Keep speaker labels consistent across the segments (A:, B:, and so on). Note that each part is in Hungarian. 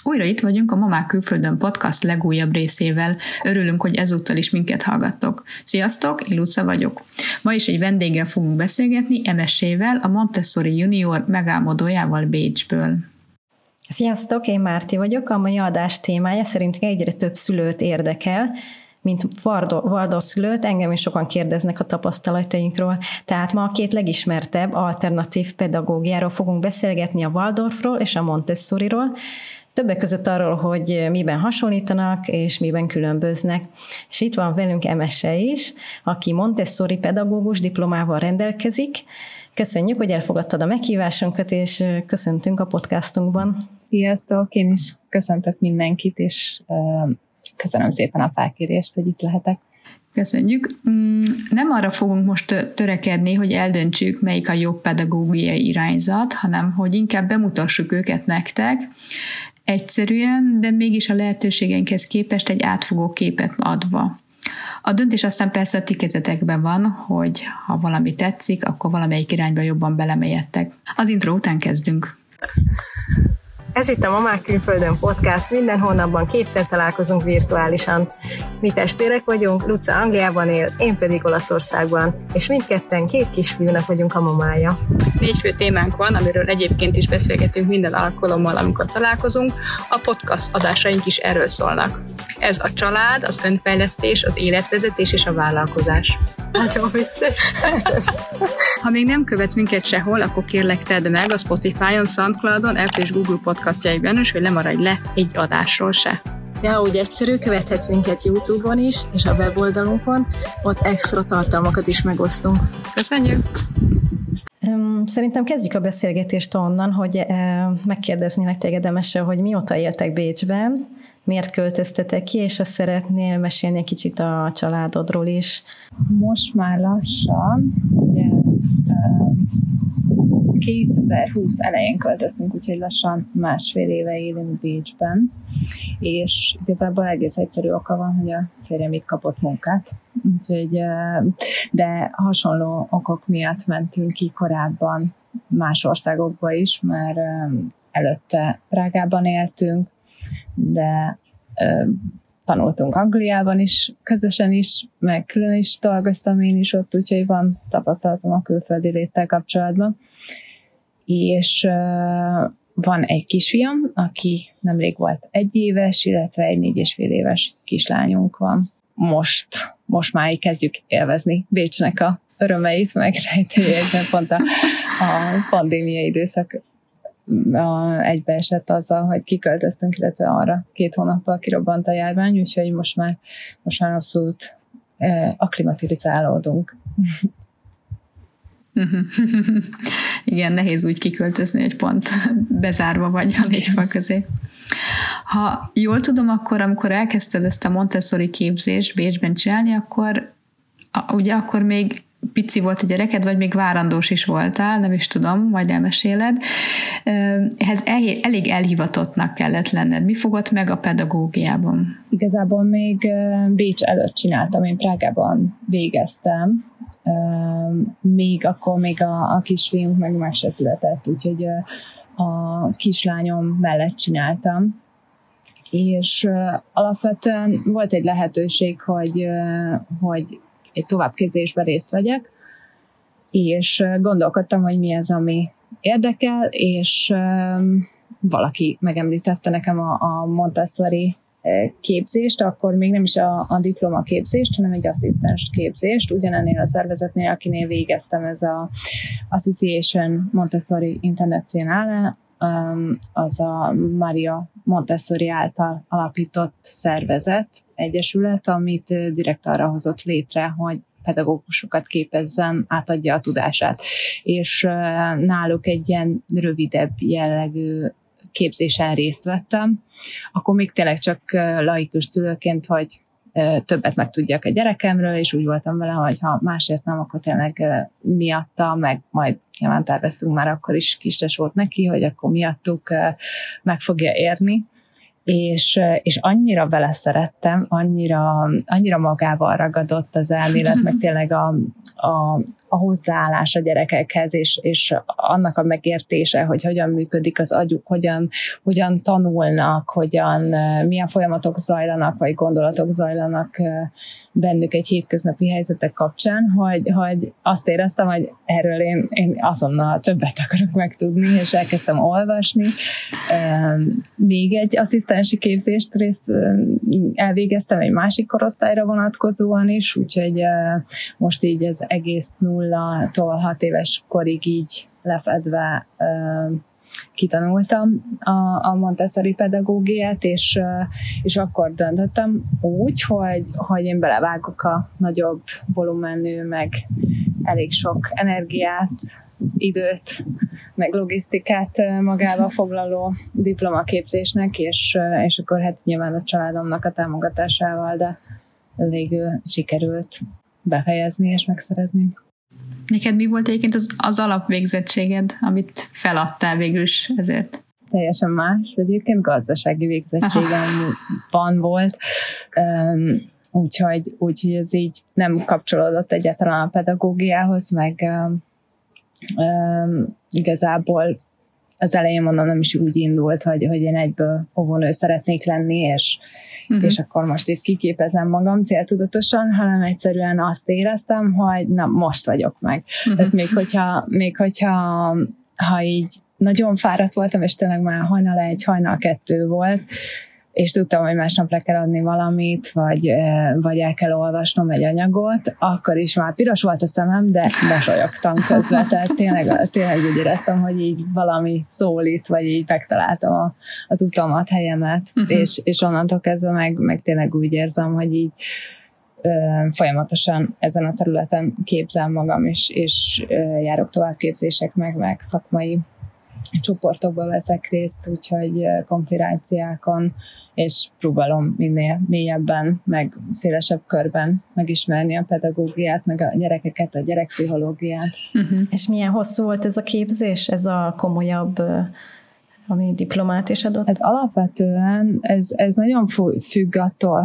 A: Újra itt vagyunk a Mamák Külföldön podcast legújabb részével. Örülünk, hogy ezúttal is minket hallgattok. Sziasztok, én Luca vagyok. Ma is egy vendéggel fogunk beszélgetni, Emessével, a Montessori Junior megálmodójával Bécsből.
B: Sziasztok, én Márti vagyok. A mai adás témája szerintünk egyre több szülőt érdekel, mint Waldorf szülőt, engem is sokan kérdeznek a tapasztalatainkról. Tehát ma a két legismertebb alternatív pedagógiáról fogunk beszélgetni, a Waldorfról és a Montessoriról. Többek között arról, hogy miben hasonlítanak és miben különböznek. És itt van velünk Emese is, aki Montessori pedagógus diplomával rendelkezik. Köszönjük, hogy elfogadtad a meghívásunkat, és köszöntünk a podcastunkban.
C: Sziasztok, én is köszöntök mindenkit, és köszönöm szépen a felkérést, hogy itt lehetek.
A: Köszönjük. Nem arra fogunk most törekedni, hogy eldöntsük, melyik a jobb pedagógiai irányzat, hanem hogy inkább bemutassuk őket nektek, egyszerűen, de mégis a lehetőségeinkhez képest egy átfogó képet adva. A döntés aztán persze a ti kezetekben van, hogy ha valami tetszik, akkor valamelyik irányba jobban belemélyedtek. Az intro után kezdünk.
B: Ez itt a Mamák Külföldön podcast, minden hónapban kétszer találkozunk virtuálisan. Mi testvérek vagyunk, Luca Angliában él, én pedig Olaszországban, és mindketten két kisfiúnak vagyunk a mamája.
D: 4 fő témánk van, amiről egyébként is beszélgetünk minden alkalommal, amikor találkozunk. A podcast adásaink is erről szólnak. Ez a család, az önfejlesztés, az életvezetés és a vállalkozás.
B: Nagyon vicces.
D: Ha még nem követsz minket sehol, akkor kérlek tedd meg a Spotify-on, SoundCloud-on, Apple és Google podcastjaikban is, hogy lemaradj le egy adásról se.
B: Ja, úgy egyszerű, követhetsz minket YouTube-on is, és a weboldalunkon, ott extra tartalmakat is megosztunk.
D: Köszönjük!
B: Szerintem kezdjük a beszélgetést onnan, hogy megkérdeznélek téged, Emese, hogy mióta éltek Bécsben, miért költöztetek ki, és azt szeretnél mesélni egy kicsit a családodról is.
C: Most már lassan, ugye 2020 elején költöztünk, úgyhogy lassan másfél éve élünk Bécsben, és igazából egész egyszerű oka van, hogy a férjem itt kapott munkát, úgyhogy, de hasonló okok miatt mentünk ki korábban más országokba is, mert előtte Prágában éltünk, de tanultunk Angliában is, közösen is, meg külön is dolgoztam én is ott, úgyhogy van tapasztalatom a külföldi léttel kapcsolatban. És van egy kisfiam, aki nemrég volt 1 éves, illetve egy 4,5 éves kislányunk van. Most már így kezdjük élvezni Bécsnek a örömeit, meg rejtélyekben pont a pandémia időszak egybeesett azzal, hogy kiköltöztünk, illetve arra 2 hónappal kirobbant a járvány, úgyhogy most már abszolút akklimatizálódunk.
A: Igen, nehéz úgy kiköltözni, hogy pont bezárva vagy a 4 fal közé. Ha jól tudom, akkor amikor elkezdted ezt a Montessori képzést Bécsben csinálni, akkor még pici volt a gyereked, vagy még várandós is voltál, nem is tudom, majd elmeséled. Ehhez elég elhivatottnak kellett lenned. Mi fogott meg a pedagógiában?
C: Igazából még Bécs előtt csináltam, én Prágában végeztem, még a kisfiunk meg se született, úgyhogy a kislányom mellett csináltam, és alapvetően volt egy lehetőség, hogy egy továbbképzésben részt vegyek, és gondolkodtam, hogy mi az, ami érdekel, és valaki megemlítette nekem a Montessori képzést, akkor még nem is a diplomaképzést, hanem egy asszisztens képzést, ugyanennél a szervezetnél, akinél végeztem, ez a Association Montessori Internationale, az a Maria Montessori által alapított szervezet, egyesület, amit direkt arra hozott létre, hogy pedagógusokat képezzen, átadja a tudását. És náluk egy ilyen rövidebb jellegű képzésen részt vettem, akkor még tényleg csak laikus szülőként, hogy többet megtudjak a gyerekemről, és úgy voltam vele, hogy ha másért nem, akkor tényleg miatta, meg majd nyilván terveztünk már akkor is kistes volt neki, hogy akkor miattuk meg fogja érni, és annyira beleszerettem, annyira magával ragadott az elmélet, meg tényleg a hozzáállás a gyerekekhez, és annak a megértése, hogy hogyan működik az agyuk, hogyan tanulnak, milyen folyamatok zajlanak, vagy gondolatok zajlanak bennük egy hétköznapi helyzetek kapcsán, hogy azt éreztem, hogy erről én azonnal többet akarok megtudni, és elkezdtem olvasni. Még egy asszisztensi képzést elvégeztem egy másik korosztályra vonatkozóan is, úgyhogy most így az egész 0-tól 6 éves korig így lefedve kitanultam a Montessori pedagógiát, és akkor döntöttem úgy, hogy én belevágok a nagyobb volumenű, meg elég sok energiát, időt, meg logisztikát magába foglaló diplomaképzésnek, és akkor hát nyilván a családomnak a támogatásával, de végül sikerült befejezni és megszerezni.
A: Neked mi volt egyébként az alapvégzettséged, amit feladtál végül is ezért?
C: Teljesen más. Egyébként gazdasági végzettségem volt, úgyhogy ez így nem kapcsolódott egyáltalán a pedagógiához, meg igazából az elején mondom, nem is úgy indult, hogy én egyből óvónő szeretnék lenni, és akkor most itt kiképezem magam céltudatosan, hanem egyszerűen azt éreztem, hogy na, most vagyok meg. Tehát még hogyha így nagyon fáradt voltam, és tényleg már hajnal 1, hajnal 2 volt, és tudtam, hogy másnap le kell adni valamit, vagy el kell olvasnom egy anyagot, akkor is már piros volt a szemem, de mosolyogtam közben, tehát tényleg úgy éreztem, hogy így valami szólít, vagy így megtaláltam az utamat, helyemet, és onnantól kezdve meg tényleg úgy érzem, hogy így folyamatosan ezen a területen képzem magam, és járok továbbképzések meg szakmai csoportokba veszek részt, úgyhogy konferenciákon, és próbálom minél mélyebben, meg szélesebb körben megismerni a pedagógiát, meg a gyerekeket, a gyerekpszichológiát.
B: És milyen hosszú volt ez a képzés, ez a komolyabb, ami diplomát is adott?
C: Ez alapvetően, ez nagyon függ attól,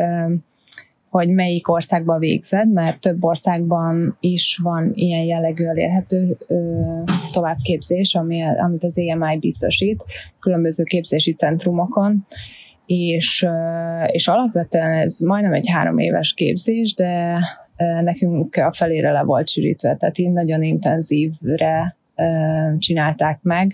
C: hogy melyik országban végzed, mert több országban is van ilyen jellegű elérhető továbbképzés, amit az EMI biztosít, különböző képzési centrumokon, és alapvetően ez majdnem egy 3 éves képzés, de nekünk a felére le volt sűrítve, tehát így nagyon intenzívre csinálták meg,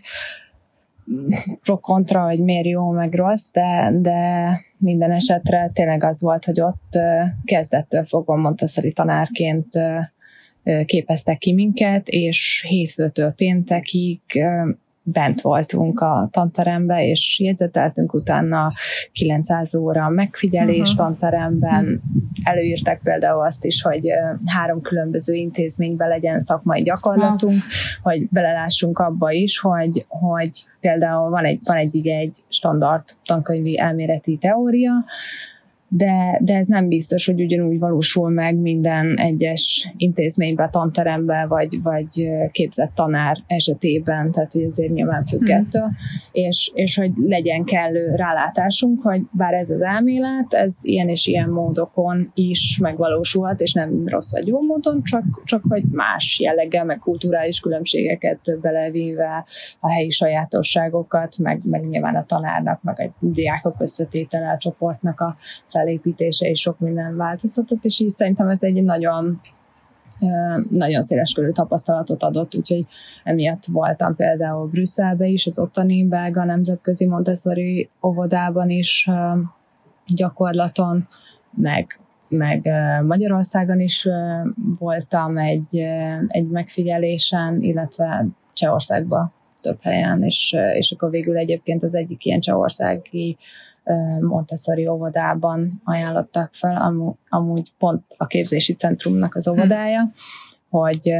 C: pro-kontra, hogy miért jó, meg rossz, de minden esetre tényleg az volt, hogy ott kezdettől fogva Montessori tanárként képeztek ki minket, és hétfőtől péntekig bent voltunk a tanterembe, és jegyzeteltünk, utána 900 óra megfigyelés tanteremben. Előírták például azt is, hogy 3 különböző intézményben legyen szakmai gyakorlatunk, hogy belelássunk abba is, hogy például van egy standard tankönyvi elméleti teória, de ez nem biztos, hogy ugyanúgy valósul meg minden egyes intézményben, tanteremben, vagy képzett tanár esetében, tehát hogy ezért nyilván függettől, és hogy legyen kellő rálátásunk, hogy bár ez az elmélet, ez ilyen és ilyen módokon is megvalósulhat, és nem rossz vagy jó módon, csak hogy más jelleggel, meg kulturális különbségeket belevéve, a helyi sajátosságokat, meg nyilván a tanárnak, meg a diákok összetétele, a csoportnak a felépítése és sok minden változtatott, és így szerintem ez egy nagyon, nagyon széleskörű tapasztalatot adott, úgyhogy emiatt voltam például Brüsszelben is, az ottani belga nemzetközi Montessori óvodában is gyakorlaton, meg Magyarországon is voltam egy megfigyelésen, illetve Csehországban több helyen, és akkor végül egyébként az egyik ilyen csehországi Montessori óvodában ajánlottak fel, amúgy pont a képzési centrumnak az óvodája, hogy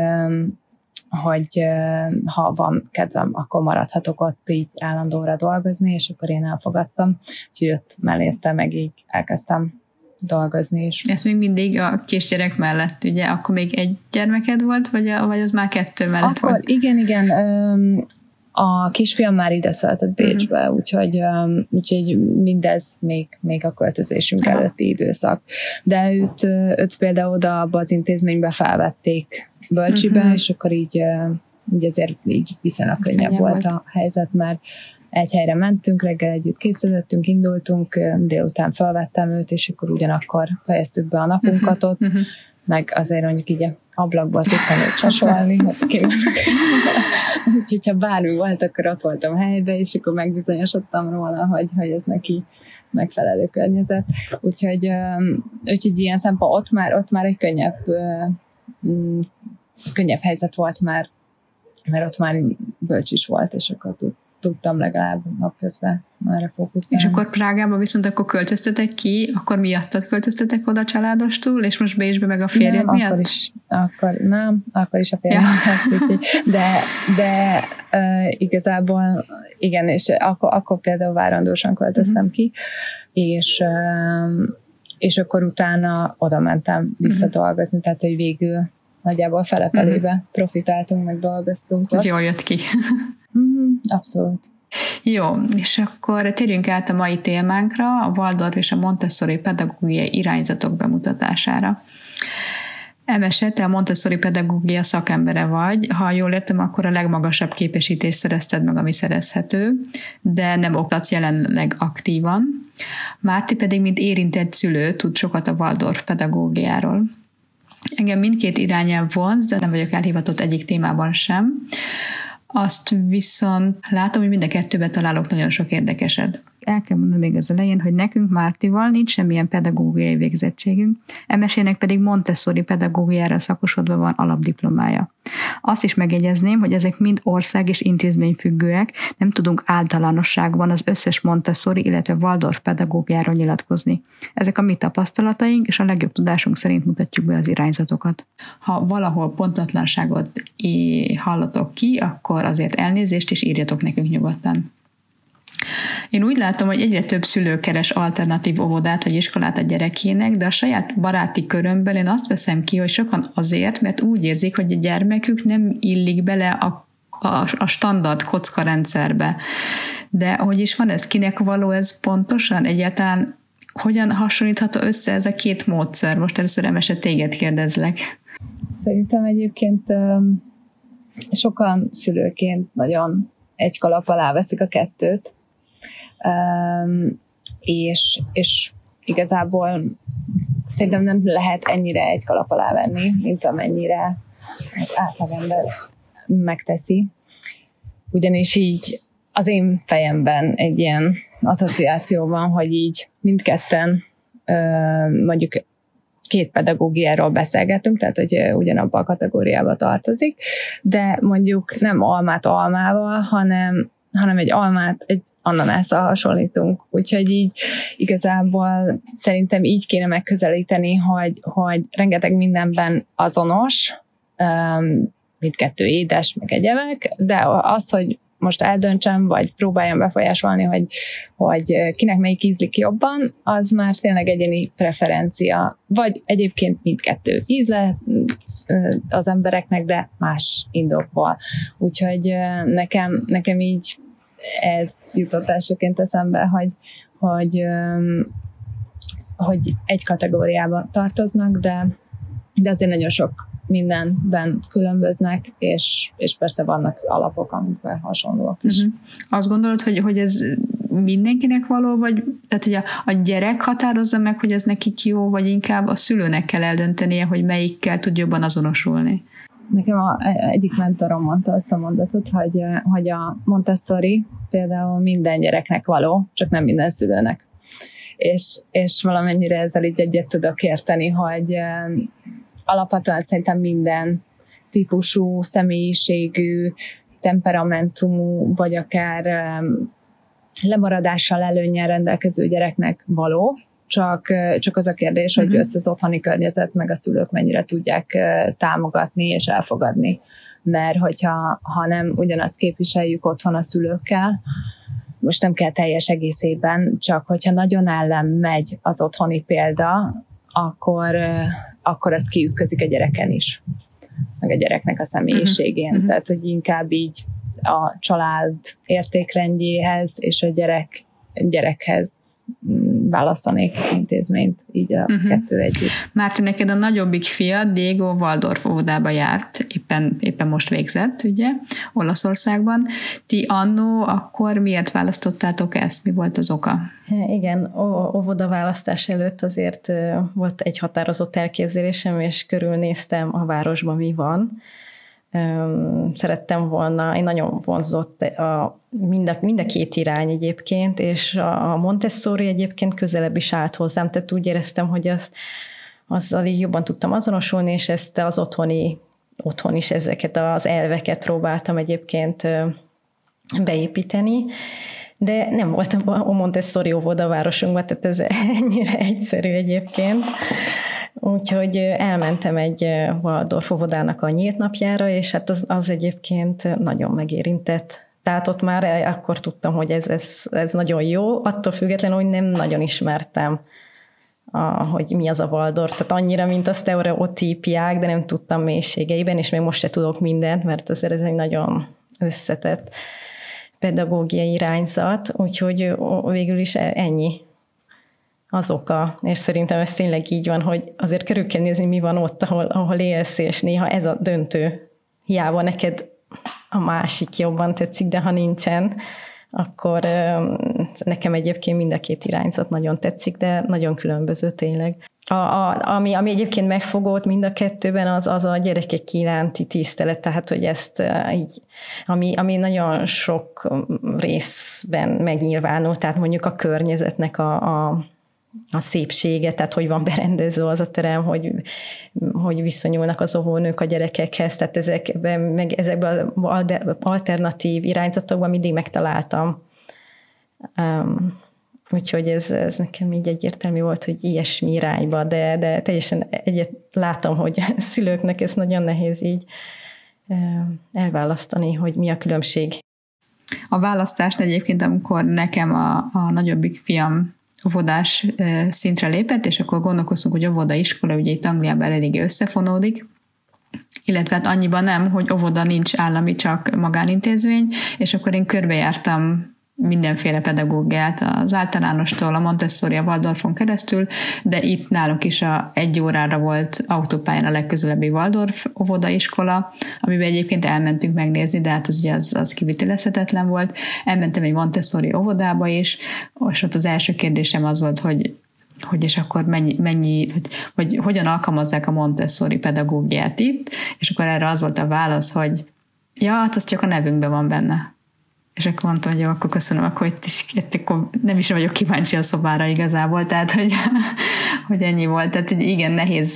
C: ha van kedvem, akkor maradhatok ott így állandóra dolgozni, és akkor én elfogadtam, úgyhogy jött mellette, meg így elkezdtem dolgozni is.
A: Ez még mindig a kisgyerek mellett, ugye? Akkor még egy gyermeked volt, vagy az már 2 mellett
C: akkor,
A: volt?
C: Igen. A kisfiam már ide született Bécsbe, úgyhogy mindez még a költözésünk előtti időszak. De őt például oda abba az intézménybe felvették bölcsibe, és akkor így azért így viszonylag könnyebb volt a helyzet, mert egy helyre mentünk, reggel együtt készülöttünk, indultunk, délután felvettem őt, és akkor ugyanakkor fejeztük be a napunkat ott, meg azért mondjuk így ablakból tudtam őt csasolni, úgyhogy ha bármi volt, akkor ott voltam helyben, és akkor megbizonyosodtam róla, hogy ez neki megfelelő környezet. Úgyhogy ilyen szempont ott már egy könnyebb helyzet volt már, mert ott már bölcs is volt, és akkor tudtam legalább napközben erre fókuszálni.
A: És akkor Prágába viszont akkor költöztetek ki, akkor miattad költöztetek oda családostól, és most Bécsbe meg a férjed
C: nem,
A: miatt?
C: Akkor is a férjed miatt. De igazából igen, és akkor például várandósan költöztem ki, és akkor utána oda mentem visszadolgozni, tehát hogy végül nagyjából felefelébe profitáltunk, meg dolgoztunk.
A: Ez jól jött ki.
C: Abszolút.
A: Jó, és akkor térjünk át a mai témánkra, a Waldorf és a Montessori pedagógiai irányzatok bemutatására. Emese, te a Montessori pedagógia szakembere vagy, ha jól értem, akkor a legmagasabb képesítést szerezted meg, ami szerezhető, de nem oktatsz jelenleg aktívan. Márti pedig, mint érintett szülő, tud sokat a Waldorf pedagógiáról. Engem mindkét irányelv vonz, de nem vagyok elhivatott egyik témában sem. Azt viszont látom, hogy mind a kettőben találok nagyon sok érdekeset. El kell mondani még az elején, hogy nekünk Mártival nincs semmilyen pedagógiai végzettségünk, Emesének pedig Montessori pedagógiára szakosodva van alapdiplomája. Azt is megjegyezném, hogy ezek mind ország és intézmény függőek, nem tudunk általánosságban az összes Montessori, illetve Waldorf pedagógiáról nyilatkozni. Ezek a mi tapasztalataink, és a legjobb tudásunk szerint mutatjuk be az irányzatokat. Ha valahol pontatlanságot hallatok ki, akkor azért elnézést, és írjatok nekünk nyugodtan. Én úgy látom, hogy egyre több szülő keres alternatív óvodát vagy iskolát a gyerekének, de a saját baráti körömben én azt veszem ki, hogy sokan azért, mert úgy érzik, hogy a gyermekük nem illik bele a standard kockarendszerbe. De hogy is van ez, kinek való ez pontosan? Egyáltalán hogyan hasonlítható össze ez a két módszer? Most először Emese, téged kérdezlek.
C: Szerintem egyébként sokan szülőként nagyon egy kalap alá veszik a kettőt, és igazából szerintem nem lehet ennyire egy kalap alá venni, mint amennyire az átlagember megteszi. Ugyanis így az én fejemben egy ilyen asszociáció van, hogy így mindketten mondjuk két pedagógiáról beszélgetünk, tehát hogy ugyanabban a kategóriába tartozik, de mondjuk nem almát almával, hanem egy almát egy ananásszal hasonlítunk. Úgyhogy így igazából szerintem így kéne megközelíteni, hogy rengeteg mindenben azonos, mindkettő édes, meg egyebek, de az, hogy most eldöntsem, vagy próbáljam befolyásolni, hogy kinek melyik ízlik jobban, az már tényleg egyéni preferencia. Vagy egyébként mindkettő ízle az embereknek, de más indokból. Úgyhogy nekem így ez jutott elsőként eszembe, hogy egy kategóriába tartoznak, de azért nagyon sok mindenben különböznek, és persze vannak alapok, amikben hasonlóak is. Uh-huh.
A: Azt gondolod, hogy ez mindenkinek való, vagy tehát, hogy a gyerek határozza meg, hogy ez nekik jó, vagy inkább a szülőnek kell eldöntenie, hogy melyikkel tud jobban azonosulni?
C: Nekem egyik mentorom mondta azt a mondatot, hogy a Montessori például minden gyereknek való, csak nem minden szülőnek. És valamennyire ezzel így egyet tudok érteni, hogy alapvetően szerintem minden típusú, személyiségű, temperamentumú, vagy akár lemaradással, előnnyel rendelkező gyereknek való, csak az a kérdés, hogy össze az otthoni környezet, meg a szülők mennyire tudják támogatni és elfogadni. Mert hogyha nem ugyanazt képviseljük otthon a szülőkkel, most nem kell teljes egészében, csak hogyha nagyon ellen megy az otthoni példa, akkor az kiütközik a gyereken is, meg a gyereknek a személyiségén. Tehát, hogy inkább így a család értékrendjéhez és a gyerekhez választanék intézményt, így a kettő együtt.
A: Márti, neked a nagyobbik fiad, Diego, Waldorf óvodába járt, éppen most végzett, ugye, Olaszországban. Ti annó akkor miért választottátok ezt? Mi volt az oka?
B: Igen, óvodaválasztás előtt azért volt egy határozott elképzelésem, és körülnéztem a városban, mi van. Szerettem volna, én nagyon vonzott mind a két irány egyébként, és a Montessori egyébként közelebb is állt hozzám, tehát úgy éreztem, hogy azzal így jobban tudtam azonosulni, és ezt az otthon is ezeket az elveket próbáltam egyébként beépíteni, de nem volt a Montessori óvoda városunkban, tehát ez ennyire egyszerű egyébként. Úgyhogy elmentem egy Waldorf óvodának a nyílt napjára, és hát az egyébként nagyon megérintett. Tehát ott már akkor tudtam, hogy ez nagyon jó, attól függetlenül, hogy nem nagyon ismertem, hogy mi az a Waldorf. Tehát annyira, mint a sztereotípiák, de nem tudtam mélységeiben, és még most se tudok mindent, mert azért ez egy nagyon összetett pedagógiai irányzat, úgyhogy végül is ennyi az oka, és szerintem ez tényleg így van, hogy azért körül kell nézni, mi van ott, ahol élsz, és néha ez a döntő. Hiába neked a másik jobban tetszik, de ha nincsen, akkor nekem egyébként mind a két irányzat nagyon tetszik, de nagyon különböző tényleg. Ami egyébként megfogott mind a kettőben, az a gyerekek iránti tisztelet, tehát hogy ezt így, ami nagyon sok részben megnyilvánul, tehát mondjuk a környezetnek a szépsége, tehát hogy van berendező az a terem, hogy viszonyulnak az óvónők a gyerekekhez, tehát ezekben az alternatív irányzatokban mindig megtaláltam. Úgyhogy ez nekem így egyértelmű volt, hogy ilyesmi irányba, de teljesen látom, hogy szülőknek ez nagyon nehéz így elválasztani, hogy mi a különbség.
A: A választást egyébként, amikor nekem a nagyobbik fiam óvodás szintre lépett, és akkor gondolkoztunk, hogy óvodaiskola, ugye itt Angliában eléggé összefonódik, illetve hát annyiban nem, hogy óvoda nincs állami, csak magánintézmény, és akkor én körbejártam mindenféle pedagógiát, az általánostól a Montessori, a Waldorfon keresztül, de itt nálunk is egy órára volt autópályán a legközelebbi Waldorf óvodaiskola, amiben egyébként elmentünk megnézni, de hát az ugye az kivitelezhetetlen volt. Elmentem egy Montessori óvodába is, és ott az első kérdésem az volt, hogy és akkor hogy hogyan alkalmazzák a Montessori pedagógiát itt, és akkor erre az volt a válasz, hogy ja, hát az csak a nevünkben van benne. És akkor mondtam, hogy jó, akkor köszönöm, akkor nem is vagyok kíváncsi a szobára igazából, tehát hogy ennyi volt. Tehát hogy igen,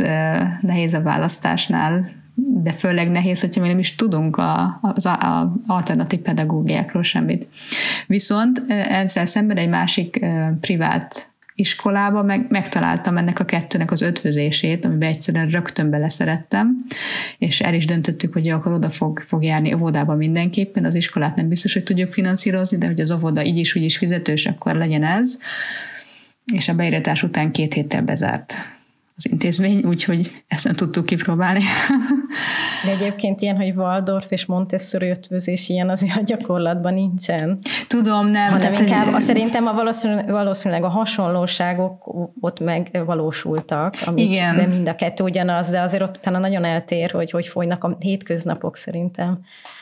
A: nehéz a választásnál, de főleg nehéz, hogyha még nem is tudunk az alternatív pedagógiákról semmit. Viszont ezzel szemben egy másik privát iskolába megtaláltam ennek a kettőnek az ötvözését, amiben egyszerűen rögtön beleszerettem, és el is döntöttük, hogy akkor oda fog járni óvodába mindenképpen, az iskolát nem biztos, hogy tudjuk finanszírozni, de hogy az óvoda így is úgy is fizetős, akkor legyen ez, és a beíratás után 2 héttel bezárt az intézmény, úgyhogy ezt nem tudtuk kipróbálni.
B: De egyébként ilyen, hogy Waldorf és Montessori ötvözés ilyen azért a gyakorlatban nincsen.
A: Tudom, nem.
B: Hanem inkább szerintem valószínűleg a hasonlóságok ott megvalósultak, amikben mind a kettő ugyanaz, de azért ott utána nagyon eltér, hogy folynak a hétköznapok szerintem.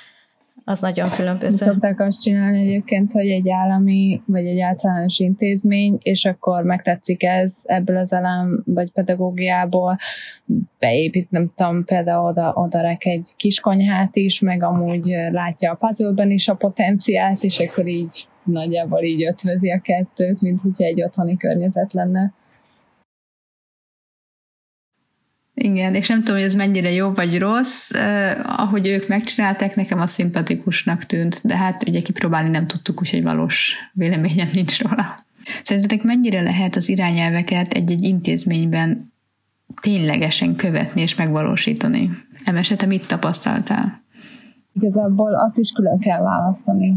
B: Az nagyon különböző.
C: Szokták azt csinálni egyébként, hogy egy állami vagy egy általános intézmény, és akkor megtetszik ebből az elem vagy pedagógiából, beépít, nem tudom, például odarek egy kis konyhát is, meg amúgy látja a puzzle-ben is a potenciált, és akkor így nagyjából így ötvözi a kettőt, mint hogyha egy otthoni környezet lenne.
A: Igen, és nem tudom, hogy ez mennyire jó vagy rossz, ahogy ők megcsinálták, nekem az szimpatikusnak tűnt, de hát ugye kipróbálni nem tudtuk, úgyhogy valós véleményem nincs róla. Szerintetek mennyire lehet az irányelveket egy intézményben ténylegesen követni és megvalósítani? Emese, te mit tapasztaltál?
C: Igazából azt is külön kell választani,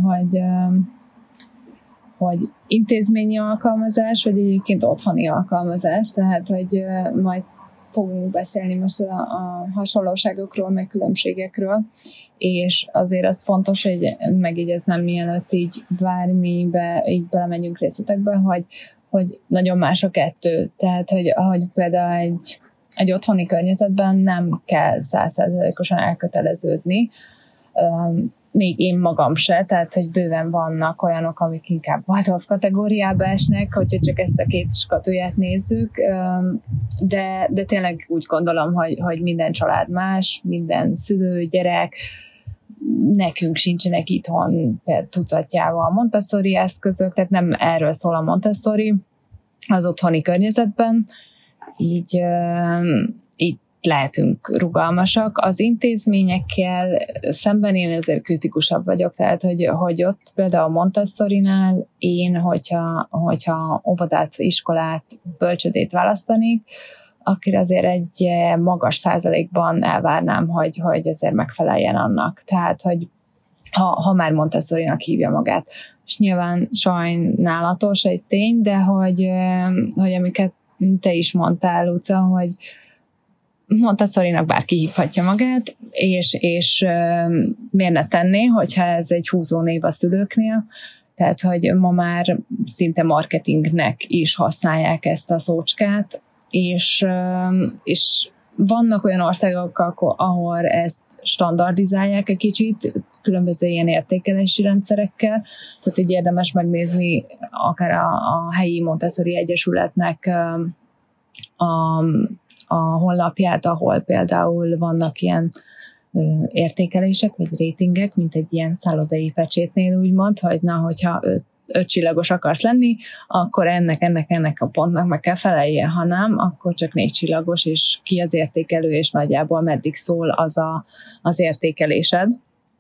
C: hogy intézményi alkalmazás, vagy egyébként otthoni alkalmazás, tehát hogy majd fogunk beszélni most a hasonlóságokról, meg különbségekről, és azért az fontos, hogy megjegyeznem, mielőtt így bármibe így belemegyünk részletekbe, hogy nagyon más a kettő. Tehát, hogy például egy otthoni környezetben nem kell 100%-osan elköteleződni, még én magam se, tehát, hogy bőven vannak olyanok, amik inkább Waldorf kategóriába esnek, hogyha csak ezt a két skatulját nézzük, de tényleg úgy gondolom, hogy minden család más, minden szülő, gyerek, nekünk sincsenek itthon tucatjával Montessori eszközök, tehát nem erről szól a Montessori az otthoni környezetben, így lehetünk rugalmasak. Az intézményekkel szemben én ezért kritikusabb vagyok, tehát, hogy ott például a Montessorinál én, hogyha óvodát, iskolát, bölcsödét választanék, akkor azért egy magas százalékban elvárnám, hogy ezért megfeleljen annak. Tehát, hogy ha már Montessorinak hívja magát. És nyilván sajnálatos egy tény, de hogy amiket te is mondtál, Luca, hogy Montessorinak bárki hívhatja magát, és miért ne tenné, hogyha ez egy húzónév a szülőknél, tehát, hogy ma már szinte marketingnek is használják ezt a szócskát, és vannak olyan országok, ahol ezt standardizálják egy kicsit, különböző ilyen értékelési rendszerekkel, tehát így érdemes megnézni akár a helyi Montessori Egyesületnek a honlapját, ahol például vannak ilyen értékelések, vagy rétingek, mint egy ilyen szállodai pecsétnél úgymond, hogy hogyha 5 csillagos akarsz lenni, akkor ennek a pontnak meg kell felelje, ha nem, akkor csak 4 csillagos, és ki az értékelő, és nagyjából meddig szól az értékelésed.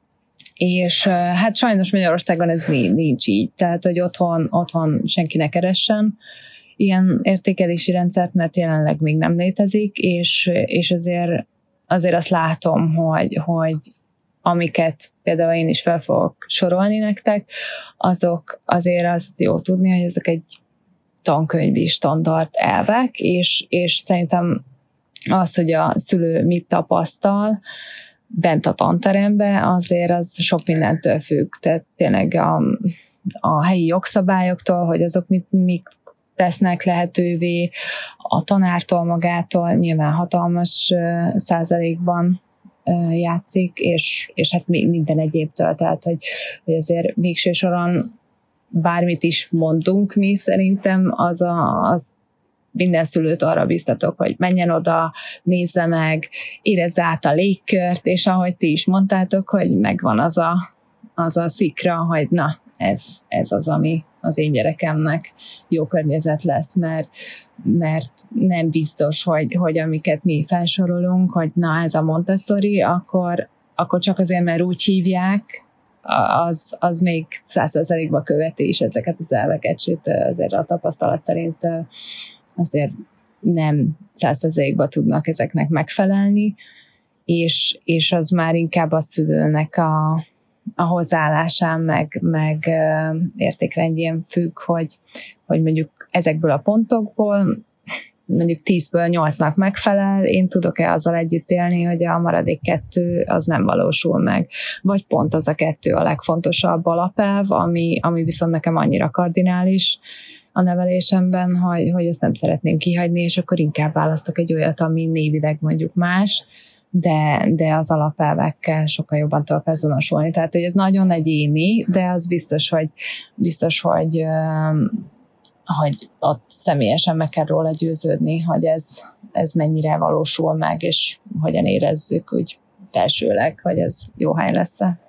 C: És hát sajnos Magyarországon ez nincs így, tehát hogy otthon senki ne keressen ilyen értékelési rendszert, mert jelenleg még nem létezik, és azért azt látom, hogy amiket például én is fel fogok sorolni nektek, azok azért azt jó tudni, hogy ezek egy tankönyvi standard elvek, és szerintem az, hogy a szülő mit tapasztal bent a tanteremben, azért az sok mindentől függ, tehát tényleg a helyi jogszabályoktól, hogy azok mit tesznek lehetővé, a tanártól magától nyilván hatalmas százalékban játszik, és hát minden egyébtől, tehát hogy azért végső soron bármit is mondunk mi szerintem, az minden szülőt arra biztatok, hogy menjen oda, nézze meg, érezze át a légkört, és ahogy ti is mondtátok, hogy megvan az a szikra, hogy na, ez az, ami az én gyerekemnek jó környezet lesz, mert nem biztos, hogy amiket mi felsorolunk, hogy na, ez a Montessori, akkor csak azért, mert úgy hívják, az még 100%-ba követi is ezeket az elveket, sőt azért a tapasztalat szerint azért nem 100%-ba tudnak ezeknek megfelelni, és az már inkább a szülőnek a hozzáállásán, meg értékrendjén függ, hogy mondjuk ezekből a pontokból mondjuk 10-ből 8-nak megfelel, én tudok-e azzal együtt élni, hogy a maradék 2 az nem valósul meg. Vagy pont az a 2 a legfontosabb alapelv, ami viszont nekem annyira kardinális a nevelésemben, hogy ezt nem szeretném kihagyni, és akkor inkább választok egy olyat, ami névileg mondjuk más, de az alapelvekkel sokkal jobban tudok azonosulni. Tehát, hogy ez nagyon egyéni, de az biztos, hogy ott személyesen meg kell róla győződni, hogy ez mennyire valósul meg, és hogyan érezzük úgy felsőleg, hogy ez jó hely lesz-e.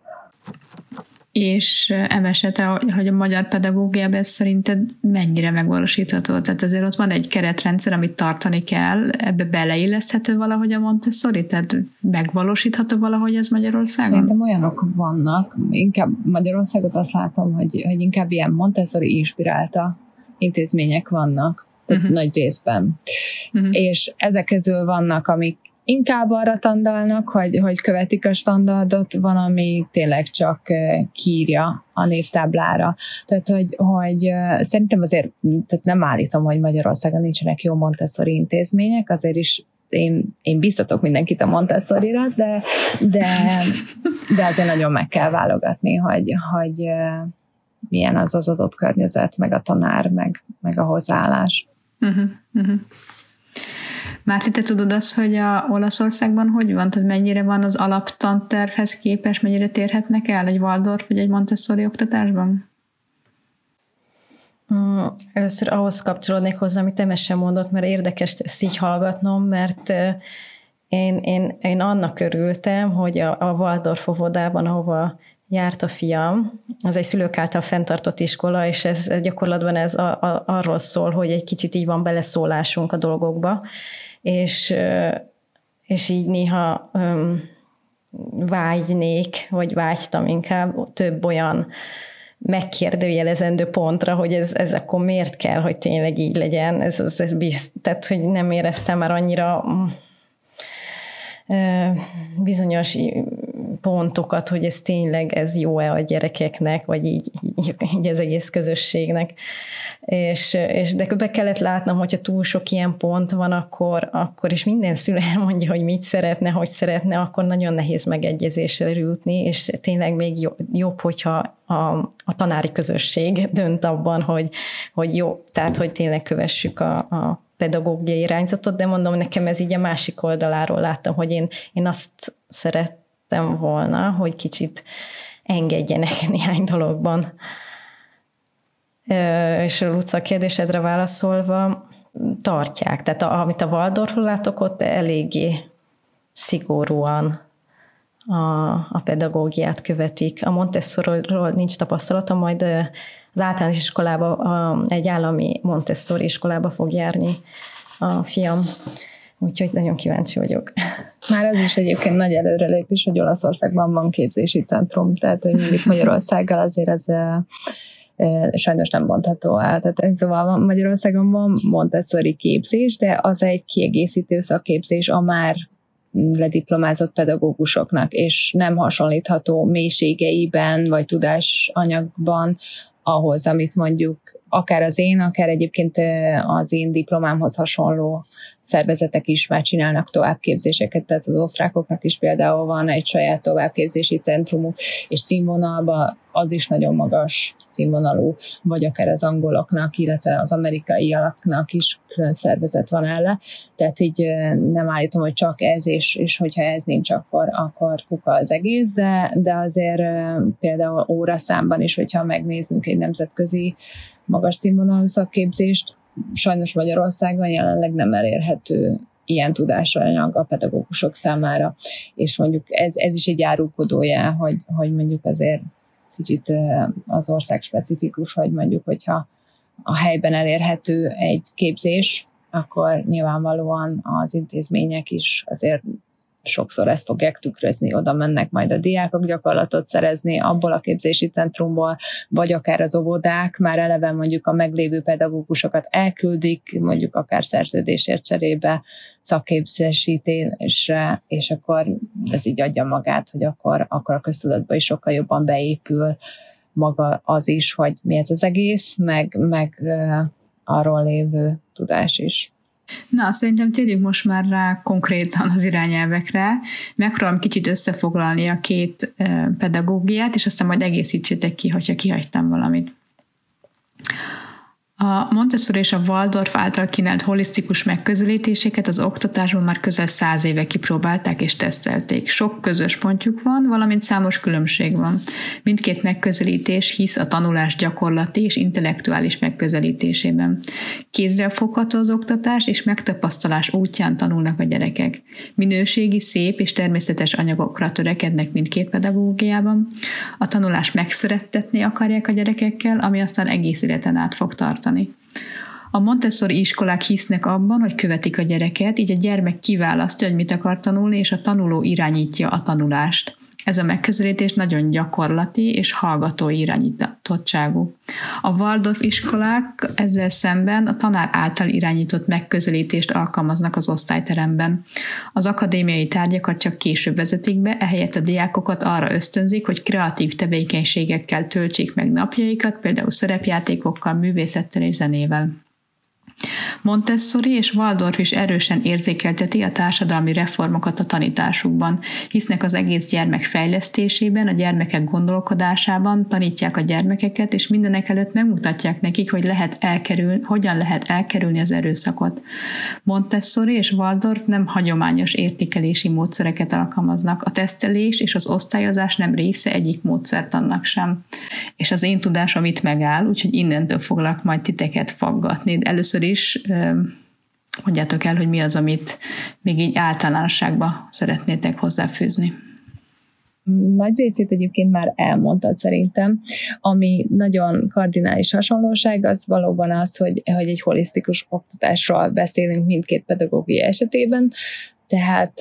A: És emesete, hogy a magyar pedagógiában ez szerinted mennyire megvalósítható? Tehát azért ott van egy keretrendszer, amit tartani kell, ebbe beleilleszthető valahogy a Montessori? Tehát megvalósítható valahogy ez Magyarországon?
C: Szerintem olyanok vannak. Inkább Magyarországot azt látom, hogy inkább ilyen Montessori inspirálta intézmények vannak, tehát nagy részben. És ezek közül vannak, amik inkább arra tandalnak, hogy követik a standardot, van, ami tényleg csak kiírja a névtáblára. Tehát, hogy szerintem azért, tehát nem állítom, hogy Magyarországon nincsenek jó Montessori intézmények, azért is én biztatok mindenkit a Montessorira, de azért nagyon meg kell válogatni, hogy milyen az adott környezet, meg a tanár, meg a hozzáállás.
A: Márti, te tudod azt, hogy Olaszországban hogy van? Tehát mennyire van az alaptantervhez képest, mennyire térhetnek el egy Waldorf vagy egy Montessori oktatásban?
B: Először ahhoz kapcsolódnék hozzá, amit Temes sem mondott, mert érdekes ezt így hallgatnom, mert én annak örültem, hogy a Waldorf óvodában, ahova járt a fiam, az egy szülők által fenntartott iskola, és ez gyakorlatban ez arról szól, hogy egy kicsit így van beleszólásunk a dolgokba, és így néha vágynék, vagy vágytam inkább több olyan megkérdőjelezendő pontra, hogy ez akkor miért kell, hogy tényleg így legyen. Ez tehát, hogy nem éreztem már annyira bizonyos pontokat, hogy ez tényleg ez jó-e a gyerekeknek, vagy így az egész közösségnek. De be kellett látnom, hogyha túl sok ilyen pont van, akkor is minden szülő elmondja, hogy mit szeretne, hogy szeretne, akkor nagyon nehéz megegyezésre jutni, és tényleg még jobb, hogyha a tanári közösség dönt abban, hogy jó, tehát hogy tényleg kövessük a pedagógiai irányzatot, de mondom, nekem ez így a másik oldaláról láttam, hogy én azt szerettem volna, hogy kicsit engedjenek néhány dologban. És Luca, a kérdésedre válaszolva, tartják. Tehát amit a Waldorfról látok, ott eléggé szigorúan a pedagógiát követik. A Montessoriról nincs tapasztalatom, majd az általános iskolába, egy állami Montessori iskolába fog járni a fiam. Úgyhogy nagyon kíváncsi vagyok.
C: Már ez is egyébként nagy előrelépés, hogy Olaszországban van képzési centrum, tehát hogy mondjuk Magyarországgal azért ez sajnos nem mondható el. Tehát, szóval Magyarországon van Montessori képzés, de az egy kiegészítő szakképzés a már lediplomázott pedagógusoknak, és nem hasonlítható mélységeiben, vagy tudásanyagban ahhoz, amit mondjuk akár az én, akár egyébként az én diplomámhoz hasonló szervezetek is már csinálnak továbbképzéseket, tehát az osztrákoknak is például van egy saját továbbképzési centrumuk, és színvonalban az is nagyon magas színvonalú, vagy akár az angoloknak, illetve az amerikaiaknak is külön szervezet van ellen. Tehát így nem állítom, hogy csak ez, és hogyha ez nincs, akkor kuka az egész, de azért például óraszámban is, hogyha megnézzünk egy nemzetközi magas színvonalú szakképzést, sajnos Magyarországon jelenleg nem elérhető ilyen tudásanyag a pedagógusok számára, és mondjuk ez is egy árulkodója, hogy mondjuk azért kicsit az ország specifikus, hogy mondjuk, hogyha a helyben elérhető egy képzés, akkor nyilvánvalóan az intézmények is azért sokszor ezt fogják tükrözni, oda mennek majd a diákok gyakorlatot szerezni abból a képzési centrumból, vagy akár az óvodák, már eleve mondjuk a meglévő pedagógusokat elküldik, mondjuk akár szerződésért cserébe szakképzésítésre, és akkor ez így adja magát, hogy akkor a köztudatba is sokkal jobban beépül maga az is, hogy mi ez az egész, meg arról lévő tudás is.
A: Na, szerintem térjünk most már rá konkrétan az irányelvekre. Megpróbálom kicsit összefoglalni a két pedagógiát, és aztán majd egészítsétek ki, hogyha kihagytam valamit. A Montessori és a Waldorf által kínált holisztikus megközelítéseket az oktatásban már közel 100 éve kipróbálták és tesztelték. Sok közös pontjuk van, valamint számos különbség van. Mindkét megközelítés hisz a tanulás gyakorlati és intellektuális megközelítésében. Kézzel fogható az oktatás, és megtapasztalás útján tanulnak a gyerekek. Minőségi, szép és természetes anyagokra törekednek mindkét pedagógiában. A tanulást megszerettetni akarják a gyerekekkel, ami aztán egész életen át fog tartani. A Montessori iskolák hisznek abban, hogy követik a gyereket, így a gyermek kiválasztja, hogy mit akar tanulni, és a tanuló irányítja a tanulást. Ez a megközelítés nagyon gyakorlati és hallgatói irányítottságú. A Waldorf iskolák ezzel szemben a tanár által irányított megközelítést alkalmaznak az osztályteremben. Az akadémiai tárgyakat csak később vezetik be, ehelyett a diákokat arra ösztönzik, hogy kreatív tevékenységekkel töltsék meg napjaikat, például szerepjátékokkal, művészettel és zenével. Montessori és Waldorf is erősen érzékelteti a társadalmi reformokat a tanításukban, hisznek az egész gyermek fejlesztésében, a gyermekek gondolkodásában, tanítják a gyermekeket, és mindenekelőtt megmutatják nekik, hogy hogyan lehet elkerülni az erőszakot. Montessori és Waldorf nem hagyományos értékelési módszereket alkalmaznak, a tesztelés és az osztályozás nem része egyik módszertannak sem. És az én tudásom itt megáll, úgyhogy innentől foglak majd titeket faggatni. Először is mondjátok el, hogy mi az, amit még így általánosságban szeretnétek hozzáfűzni.
C: Nagy részét egyébként már elmondtad szerintem. Ami nagyon kardinális hasonlóság, az valóban az, hogy egy holisztikus oktatásról beszélünk mindkét pedagógia esetében, tehát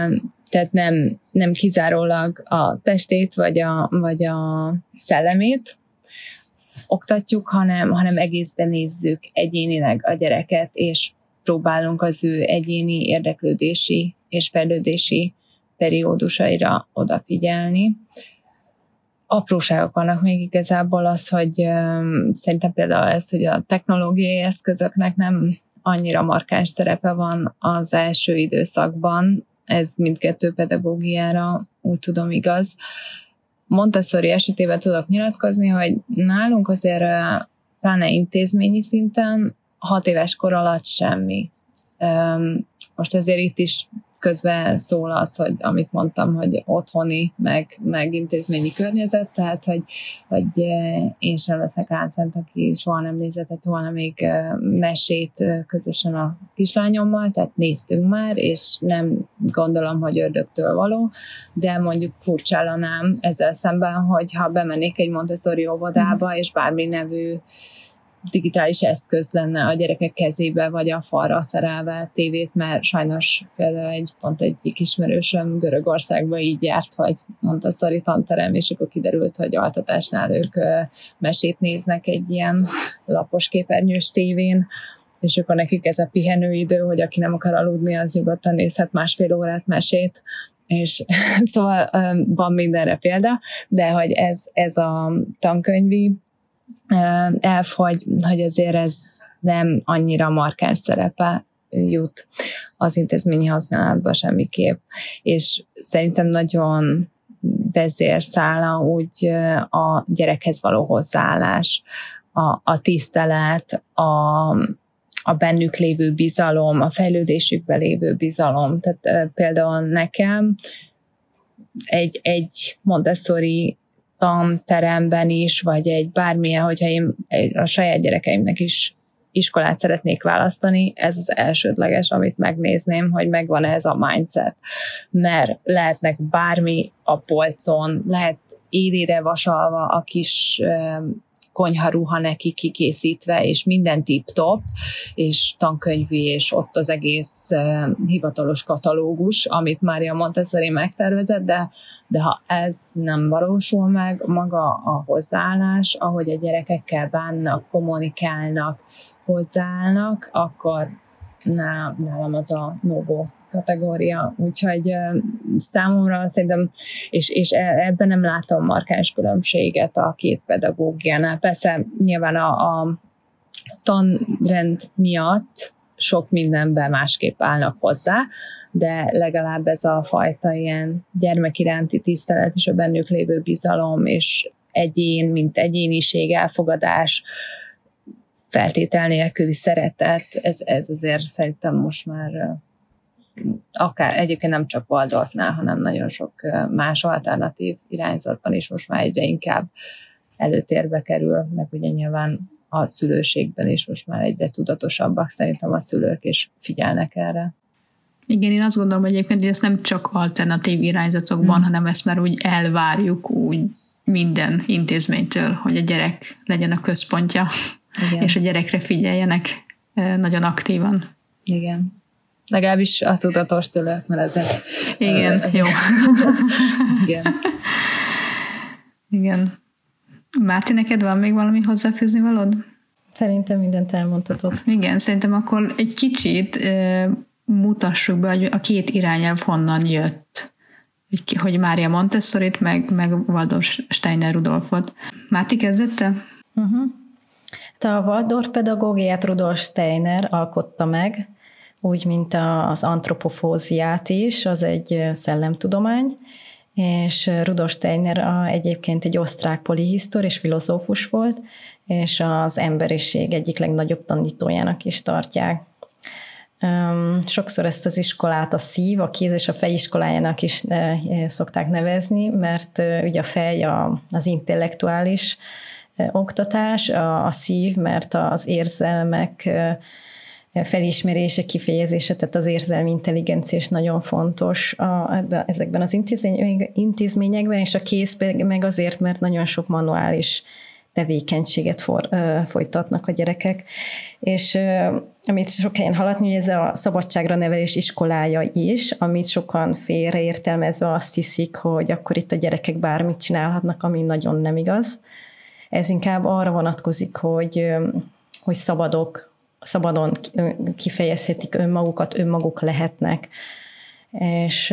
C: nem kizárólag a testét vagy a szellemét oktatjuk, hanem egészben nézzük egyénileg a gyereket, és próbálunk az ő egyéni érdeklődési és fejlődési periódusaira odafigyelni. Apróságok vannak még igazából az, hogy szerintem például ez, hogy a technológiai eszközöknek nem annyira markáns szerepe van az első időszakban, ez mindkettő pedagógiára úgy tudom igaz. Montessori esetében tudok nyilatkozni, hogy nálunk azért pláne intézményi szinten 6 éves kor alatt semmi. Most azért itt is közben szól az, hogy amit mondtam, hogy otthoni, meg intézményi környezet, tehát, hogy én sem leszek álszent, aki soha nem nézett volna még mesét közösen a kislányommal, tehát néztünk már, és nem gondolom, hogy ördögtől való, de mondjuk furcsállanám ezzel szemben, hogy ha bemennék egy Montessori óvodába, és bármi nevű digitális eszköz lenne a gyerekek kezébe, vagy a falra szerelve tévét, mert sajnos például egyik ismerősöm Görögországban így járt, hogy Montessori tanterem, és akkor kiderült, hogy altatásnál ők mesét néznek egy ilyen lapos képernyős tévén, és akkor nekik ez a pihenőidő, hogy aki nem akar aludni, az nyugodtan nézhet 1,5 órát mesét, és szóval van mindenre példa, de hogy ez a tankönyvi elv, hogy azért ez nem annyira markáns szerepe jut az intézményi használatba semmiképp. És szerintem nagyon vezérszála úgy a gyerekhez való hozzáállás, a tisztelet, a bennük lévő bizalom, a fejlődésükben lévő bizalom. Tehát például nekem egy Montessori tanteremben is, vagy egy bármilyen, hogyha én a saját gyerekeimnek is iskolát szeretnék választani, ez az elsődleges, amit megnézném, hogy megvan-e ez a mindset. Mert lehetnek bármi a polcon, lehet élére vasalva a kis konyharuha neki kikészítve, és minden tip-top, és tankönyvi, és ott az egész hivatalos katalógus, amit Mária Montessori megtervezett, de ha ez nem valósul meg, maga a hozzáállás, ahogy a gyerekekkel bánnak, kommunikálnak, hozzáállnak, akkor nálam az a no-go kategória, úgyhogy számomra szerintem, és ebben nem látom markáns különbséget a két pedagógiánál. Persze nyilván a tanrend miatt sok mindenben másképp állnak hozzá, de legalább ez a fajta ilyen gyermek iránti tisztelet és a bennük lévő bizalom és egyén, mint egyéniség, elfogadás, feltétel nélküli szeretet, ez azért szerintem most már akár egyébként nem csak Waldorfnál, hanem nagyon sok más alternatív irányzatban is most már egyre inkább előtérbe kerül, meg ugye nyilván a szülőségben is most már egyre tudatosabbak szerintem a szülők, és figyelnek erre.
A: Igen, én azt gondolom egyébként, hogy ezt nem csak alternatív irányzatokban, hanem ezt már úgy elvárjuk úgy minden intézménytől, hogy a gyerek legyen a központja, igen, és a gyerekre figyeljenek nagyon aktívan.
C: Igen. Legalábbis a tudatos szülők, mert ezek...
A: Igen, jó.
C: Igen.
A: Igen. Márti, neked van még valami hozzáfűzni valód?
B: Szerintem mindent elmondhatok.
A: Igen, szerintem akkor egy kicsit mutassuk be, hogy a két irányelv honnan jött. Hogy Mária Montessorit, meg Waldorf Steiner Rudolfot. Márti, kezdette?
B: A Waldorf pedagógiát Rudolf Steiner alkotta meg, úgy, mint az antropofóziát is, az egy szellemtudomány, és Rudolf Steiner egyébként egy osztrák polihisztor és filozófus volt, és az emberiség egyik legnagyobb tanítójának is tartják. Sokszor ezt az iskolát a szív, a kéz és a fejiskolájának is szokták nevezni, mert ugye a fej az intellektuális oktatás, a szív, mert az érzelmek felismerése, kifejezése, tehát az érzelmi intelligencia is nagyon fontos ezekben az intézményekben, és a kéz meg azért, mert nagyon sok manuális tevékenységet folytatnak a gyerekek. És amit sok helyen hallani, hogy ez a szabadságra nevelés iskolája is, amit sokan félreértelmezve azt hiszik, hogy akkor itt a gyerekek bármit csinálhatnak, ami nagyon nem igaz. Ez inkább arra vonatkozik, hogy szabadon kifejezhetik önmagukat, önmaguk lehetnek. És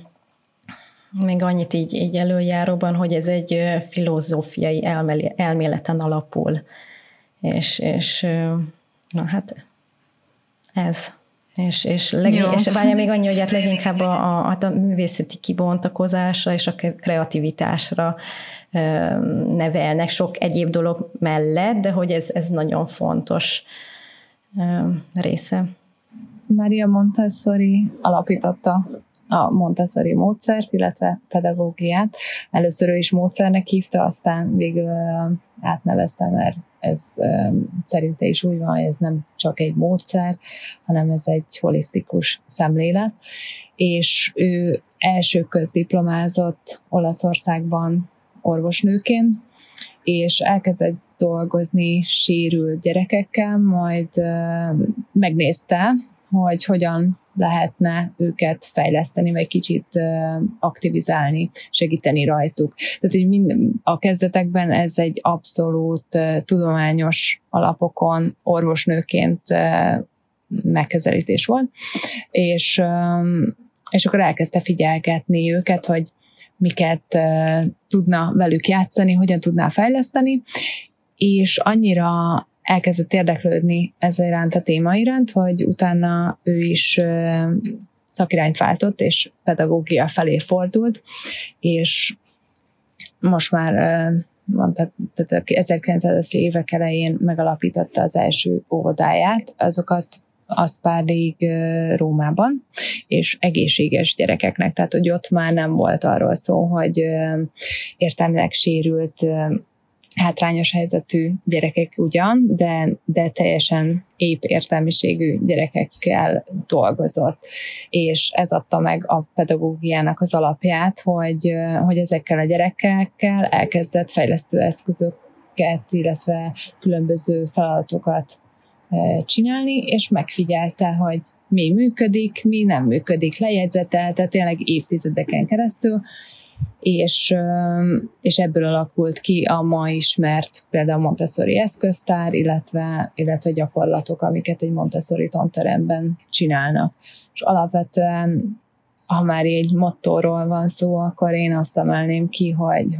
B: még annyit így előjáróban, hogy ez egy filozófiai elméleten alapul. És na hát ez. És várja még annyi, hogy hát leginkább a művészeti kibontakozásra és a kreativitásra nevelnek sok egyéb dolog mellett, de hogy ez nagyon fontos része.
C: Maria Montessori alapította a Montessori módszert, illetve pedagógiát. Először ő is módszernek hívta, aztán végül átnevezte, mert ez szerinte is úgy van, hogy ez nem csak egy módszer, hanem ez egy holisztikus szemlélet. És ő első közdiplomázott Olaszországban orvosnőként, és elkezdett dolgozni sérült gyerekekkel, majd megnézte, hogy hogyan lehetne őket fejleszteni, vagy kicsit aktivizálni, segíteni rajtuk. Tehát a kezdetekben ez egy abszolút tudományos alapokon orvosnőként megközelítés volt, és akkor elkezdte figyelgetni őket, hogy miket tudna velük játszani, hogyan tudná fejleszteni, és annyira elkezdett érdeklődni ez iránt a téma iránt, hogy utána ő is szakirányt váltott, és pedagógia felé fordult, és most már tehát 1900-es évek elején megalapította az első óvodáját, azt pedig Rómában, és egészséges gyerekeknek, tehát hogy ott már nem volt arról szó, hogy értelmileg sérült, hátrányos helyzetű gyerekek ugyan, de teljesen épp értelmiségű gyerekekkel dolgozott. És ez adta meg a pedagógiának az alapját, hogy ezekkel a gyerekekkel elkezdett fejlesztő eszközöket, illetve különböző feladatokat csinálni, és megfigyelte, hogy mi működik, mi nem működik, lejegyzetel, tehát tényleg évtizedeken keresztül, és ebből alakult ki a ma ismert például Montessori eszköztár, illetve gyakorlatok, amiket egy Montessori tanteremben csinálnak. És alapvetően, ha már egy mottóról van szó, akkor én azt emelném ki,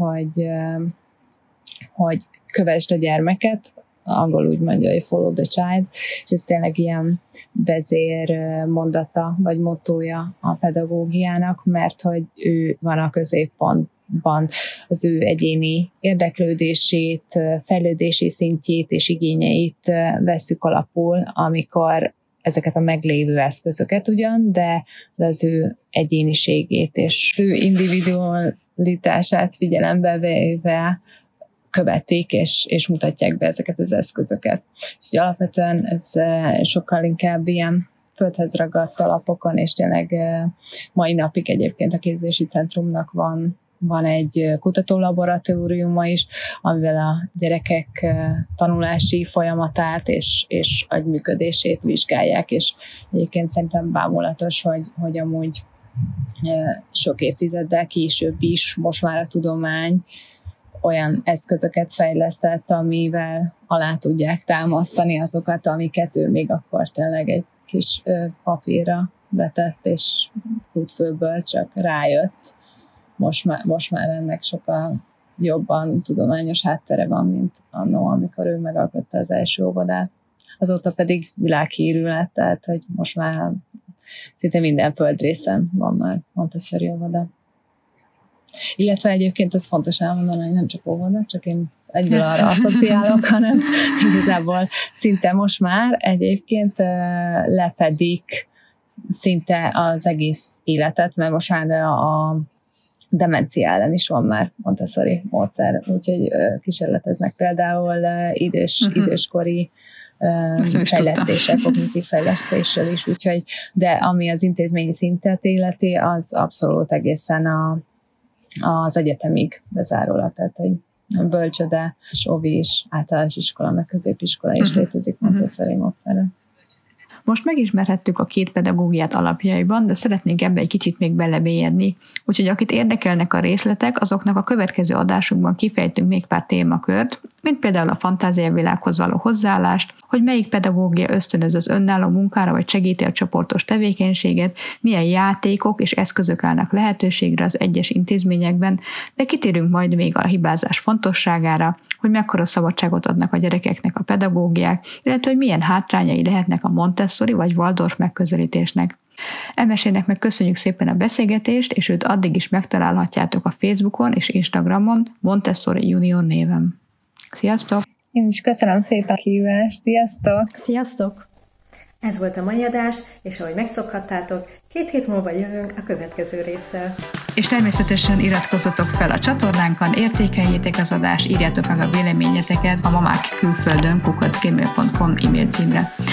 C: hogy kövesd a gyermeket, angol úgy mondja, hogy follow the child, és ez tényleg ilyen vezér mondata, vagy mottója a pedagógiának, mert hogy ő van a középpontban, az ő egyéni érdeklődését, fejlődési szintjét és igényeit vesszük alapul, amikor ezeket a meglévő eszközöket ugyan, de az ő egyéniségét és az ő individualitását figyelembe véve követik, és mutatják be ezeket az eszközöket. És alapvetően ez sokkal inkább ilyen földhez ragadt alapokon, és tényleg mai napig egyébként a képzési centrumnak van van egy kutatólaboratóriuma is, amivel a gyerekek tanulási folyamatát és agyműködését vizsgálják, és egyébként szerintem bámulatos, hogy amúgy sok évtizeddel később is most már a tudomány olyan eszközöket fejlesztett, amivel alá tudják támasztani azokat, amiket ő még akkor tényleg egy kis papírra vetett, és kútfőből csak rájött. Most már ennek sokkal jobban tudományos háttere van, mint anno, amikor ő megalkotta az első óvodát. Azóta pedig világhírű lett, tehát hogy most már szinte minden földrészen van már Montessori óvoda. Illetve egyébként ez fontos elmondani, hogy nem csak óvoda, csak én egyből arra asszociálok, hanem igazából szinte most már egyébként lefedik szinte az egész életet, mert most már a demencia ellen is van már Montessori módszer, úgyhogy kísérleteznek például időskori fejlesztéssel, kognitív fejlesztéssel is, úgyhogy, de ami az intézményi szintet illeti, az abszolút egészen az egyetemig bezárólag, tehát hogy bölcsöde, és óvi is, általános iskola, meg középiskola is létezik Montessori módszeren.
A: Most megismerhettük a két pedagógiát alapjaiban, de szeretnénk ebbe egy kicsit még belemélyedni, úgyhogy akit érdekelnek a részletek, azoknak a következő adásokban kifejtünk még pár témakört, mint például a fantáziavilághoz való hozzáállást, hogy melyik pedagógia ösztönöz az önálló munkára, vagy segíti a csoportos tevékenységet, milyen játékok és eszközök állnak lehetőségre az egyes intézményekben, de kitérünk majd még a hibázás fontosságára, hogy mekkora szabadságot adnak a gyerekeknek a pedagógiák, illetve hogy milyen hátrányai lehetnek a Montessori vagy Waldorf megközelítésnek. Emesének meg köszönjük szépen a beszélgetést, és őt addig is megtalálhatjátok a Facebookon és Instagramon Montessori Union néven. Sziasztok!
C: Én is köszönöm szépen a kihívást, sziasztok!
B: Sziasztok! Ez volt a mai adás, és ahogy megszokhattátok, 2 hét múlva jövünk a következő résszel.
A: És természetesen iratkozzatok fel a csatornánkon, értékeljétek az adást, írjátok meg a véleményeteket a mamákkülföldön @gmail.com e-mail címre.